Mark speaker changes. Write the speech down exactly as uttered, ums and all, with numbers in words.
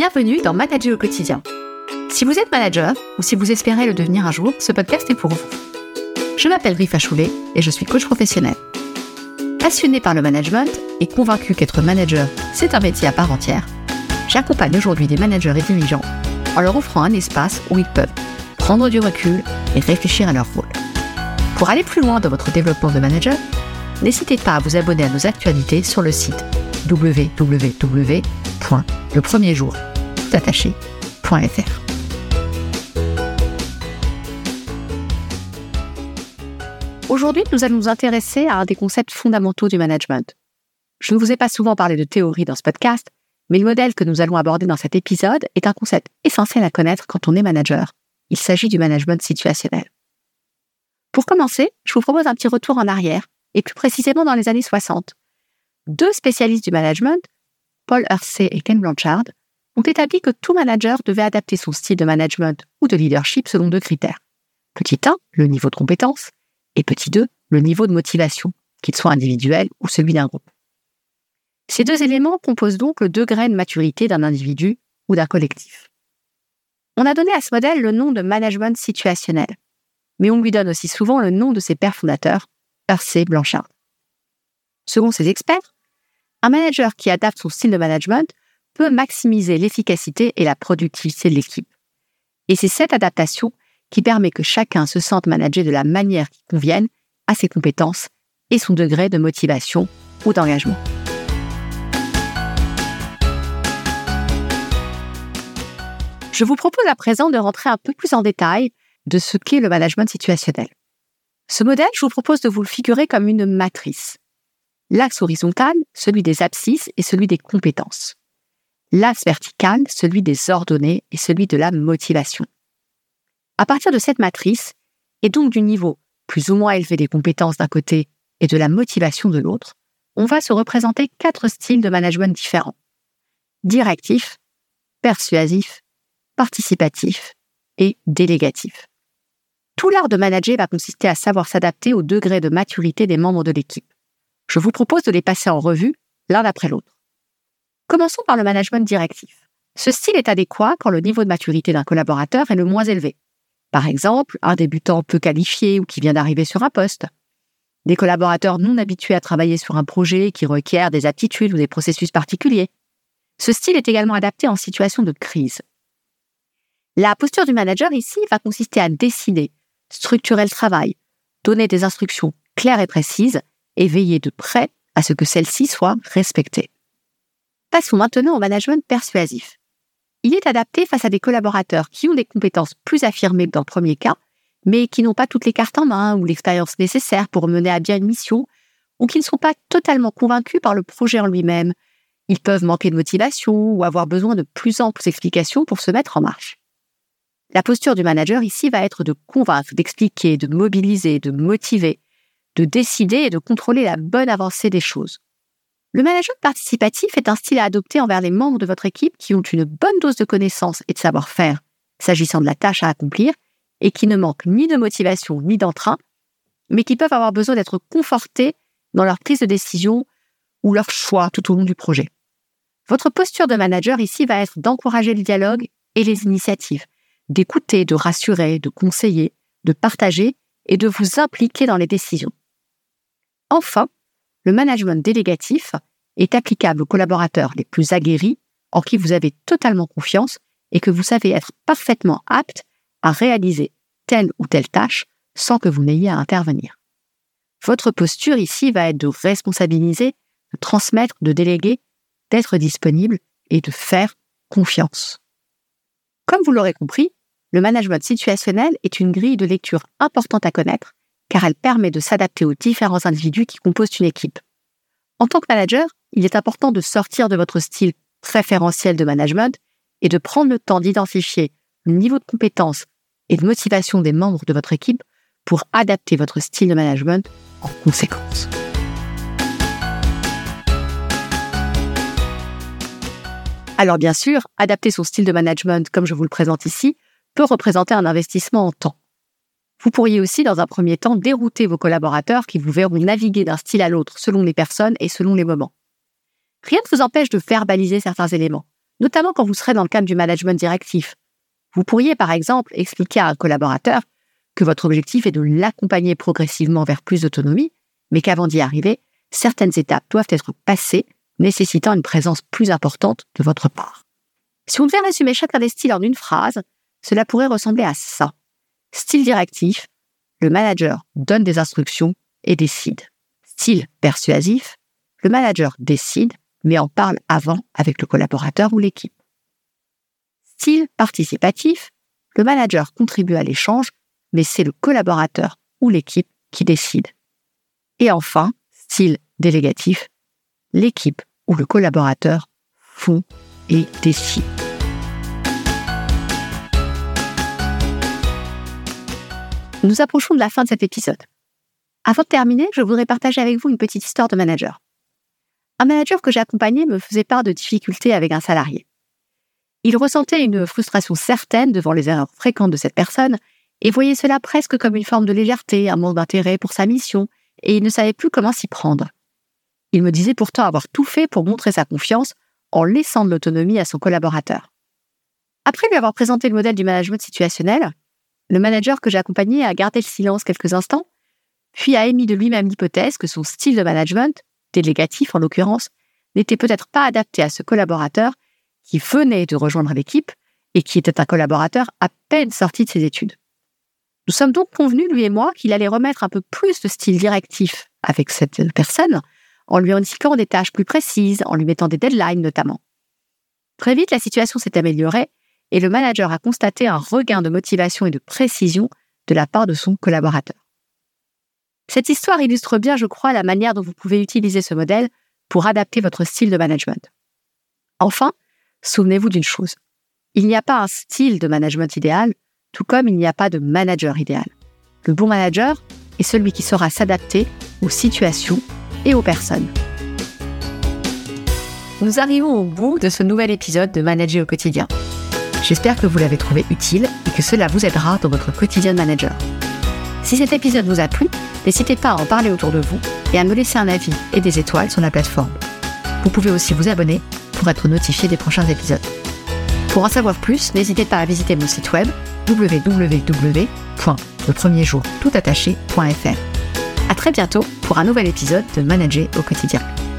Speaker 1: Bienvenue dans Manager au quotidien. Si vous êtes manager ou si vous espérez le devenir un jour, ce podcast est pour vous. Je m'appelle Rifa Choulet et je suis coach professionnel. Passionnée par le management et convaincue qu'être manager, c'est un métier à part entière, j'accompagne aujourd'hui des managers et dirigeants en leur offrant un espace où ils peuvent prendre du recul et réfléchir à leur rôle. Pour aller plus loin dans votre développement de manager, n'hésitez pas à vous abonner à nos actualités sur le site w w w point le premier jour tout attaché point f r. Aujourd'hui, nous allons nous intéresser à un des concepts fondamentaux du management. Je ne vous ai pas souvent parlé de théorie dans ce podcast, mais le modèle que nous allons aborder dans cet épisode est un concept essentiel à connaître quand on est manager. Il s'agit du management situationnel. Pour commencer, je vous propose un petit retour en arrière, et plus précisément dans les années soixante. Deux spécialistes du management, Paul Hersey et Ken Blanchard, ont établi que tout manager devait adapter son style de management ou de leadership selon deux critères. Petit un, le niveau de compétence, et petit deux, le niveau de motivation, qu'il soit individuel ou celui d'un groupe. Ces deux éléments composent donc le degré de maturité d'un individu ou d'un collectif. On a donné à ce modèle le nom de management situationnel, mais on lui donne aussi souvent le nom de ses pères fondateurs, Hersey, Blanchard. Selon ces experts, un manager qui adapte son style de management peut maximiser l'efficacité et la productivité de l'équipe. Et c'est cette adaptation qui permet que chacun se sente managé de la manière qui convienne à ses compétences et son degré de motivation ou d'engagement. Je vous propose à présent de rentrer un peu plus en détail de ce qu'est le management situationnel. Ce modèle, je vous propose de vous le figurer comme une matrice. L'axe horizontal, celui des abscisses et celui des compétences. L'axe vertical, celui des ordonnées et celui de la motivation. À partir de cette matrice, et donc du niveau plus ou moins élevé des compétences d'un côté et de la motivation de l'autre, on va se représenter quatre styles de management différents. Directif, persuasif, participatif et délégatif. Tout l'art de manager va consister à savoir s'adapter au degré de maturité des membres de l'équipe. Je vous propose de les passer en revue l'un après l'autre. Commençons par le management directif. Ce style est adéquat quand le niveau de maturité d'un collaborateur est le moins élevé. Par exemple, un débutant peu qualifié ou qui vient d'arriver sur un poste. Des collaborateurs non habitués à travailler sur un projet qui requiert des aptitudes ou des processus particuliers. Ce style est également adapté en situation de crise. La posture du manager ici va consister à décider, structurer le travail, donner des instructions claires et précises et veiller de près à ce que celles-ci soient respectées. Passons maintenant au management persuasif. Il est adapté face à des collaborateurs qui ont des compétences plus affirmées que dans le premier cas, mais qui n'ont pas toutes les cartes en main ou l'expérience nécessaire pour mener à bien une mission, ou qui ne sont pas totalement convaincus par le projet en lui-même. Ils peuvent manquer de motivation ou avoir besoin de plus amples explications pour se mettre en marche. La posture du manager ici va être de convaincre, d'expliquer, de mobiliser, de motiver, de décider et de contrôler la bonne avancée des choses. Le management participatif est un style à adopter envers les membres de votre équipe qui ont une bonne dose de connaissances et de savoir-faire s'agissant de la tâche à accomplir et qui ne manquent ni de motivation ni d'entrain, mais qui peuvent avoir besoin d'être confortés dans leur prise de décision ou leur choix tout au long du projet. Votre posture de manager ici va être d'encourager le dialogue et les initiatives, d'écouter, de rassurer, de conseiller, de partager et de vous impliquer dans les décisions. Enfin, le management délégatif est applicable aux collaborateurs les plus aguerris en qui vous avez totalement confiance et que vous savez être parfaitement apte à réaliser telle ou telle tâche sans que vous n'ayez à intervenir. Votre posture ici va être de responsabiliser, de transmettre, de déléguer, d'être disponible et de faire confiance. Comme vous l'aurez compris, le management situationnel est une grille de lecture importante à connaître car elle permet de s'adapter aux différents individus qui composent une équipe. En tant que manager, il est important de sortir de votre style préférentiel de management et de prendre le temps d'identifier le niveau de compétence et de motivation des membres de votre équipe pour adapter votre style de management en conséquence. Alors bien sûr, adapter son style de management, comme je vous le présente ici, peut représenter un investissement en temps. Vous pourriez aussi, dans un premier temps, dérouter vos collaborateurs qui vous verront naviguer d'un style à l'autre selon les personnes et selon les moments. Rien ne vous empêche de verbaliser certains éléments, notamment quand vous serez dans le cadre du management directif. Vous pourriez par exemple expliquer à un collaborateur que votre objectif est de l'accompagner progressivement vers plus d'autonomie, mais qu'avant d'y arriver, certaines étapes doivent être passées, nécessitant une présence plus importante de votre part. Si on devait résumer chacun des styles en une phrase, cela pourrait ressembler à ça. Style directif, le manager donne des instructions et décide. Style persuasif, le manager décide, mais en parle avant avec le collaborateur ou l'équipe. Style participatif, le manager contribue à l'échange, mais c'est le collaborateur ou l'équipe qui décide. Et enfin, style délégatif, l'équipe ou le collaborateur font et décident. Nous approchons de la fin de cet épisode. Avant de terminer, je voudrais partager avec vous une petite histoire de manager. Un manager que j'ai accompagné me faisait part de difficultés avec un salarié. Il ressentait une frustration certaine devant les erreurs fréquentes de cette personne et voyait cela presque comme une forme de légèreté, un manque d'intérêt pour sa mission, et il ne savait plus comment s'y prendre. Il me disait pourtant avoir tout fait pour montrer sa confiance en laissant de l'autonomie à son collaborateur. Après lui avoir présenté le modèle du management situationnel, le manager que j'ai accompagné a gardé le silence quelques instants, puis a émis de lui-même l'hypothèse que son style de management, délégatif en l'occurrence, n'était peut-être pas adapté à ce collaborateur qui venait de rejoindre l'équipe et qui était un collaborateur à peine sorti de ses études. Nous sommes donc convenus, lui et moi, qu'il allait remettre un peu plus de style directif avec cette personne, en lui indiquant des tâches plus précises, en lui mettant des deadlines notamment. Très vite, la situation s'est améliorée et le manager a constaté un regain de motivation et de précision de la part de son collaborateur. Cette histoire illustre bien, je crois, la manière dont vous pouvez utiliser ce modèle pour adapter votre style de management. Enfin, souvenez-vous d'une chose. Il n'y a pas un style de management idéal, tout comme il n'y a pas de manager idéal. Le bon manager est celui qui saura s'adapter aux situations et aux personnes. Nous arrivons au bout de ce nouvel épisode de Manager au quotidien. J'espère que vous l'avez trouvé utile et que cela vous aidera dans votre quotidien de manager. Si cet épisode vous a plu, n'hésitez pas à en parler autour de vous et à me laisser un avis et des étoiles sur la plateforme. Vous pouvez aussi vous abonner pour être notifié des prochains épisodes. Pour en savoir plus, n'hésitez pas à visiter mon site web w w w point le premier jour tout attaché point f r. À très bientôt pour un nouvel épisode de Manager au quotidien.